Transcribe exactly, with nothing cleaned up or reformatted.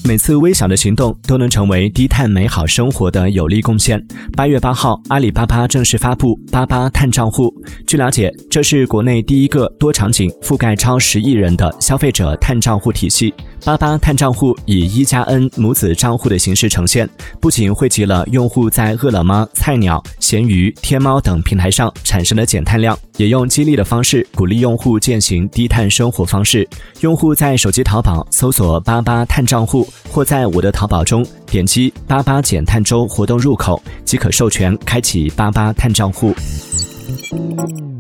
每次微小的行动都能成为低碳美好生活的有力贡献。八月八号，阿里巴巴正式发布八八碳账户。据了解，这是国内第一个多场景覆盖超十亿人的消费者碳账户体系。八八碳账户以一加 N 母子账户的形式呈现，不仅汇集了用户在饿了么、菜鸟、闲鱼、天猫等平台上产生的减碳量，也用激励的方式鼓励用户践行低碳生活方式。用户在手机淘宝搜索八八碳账户，或在我的淘宝中点击八八减碳周活动入口，即可授权开启八八碳账户。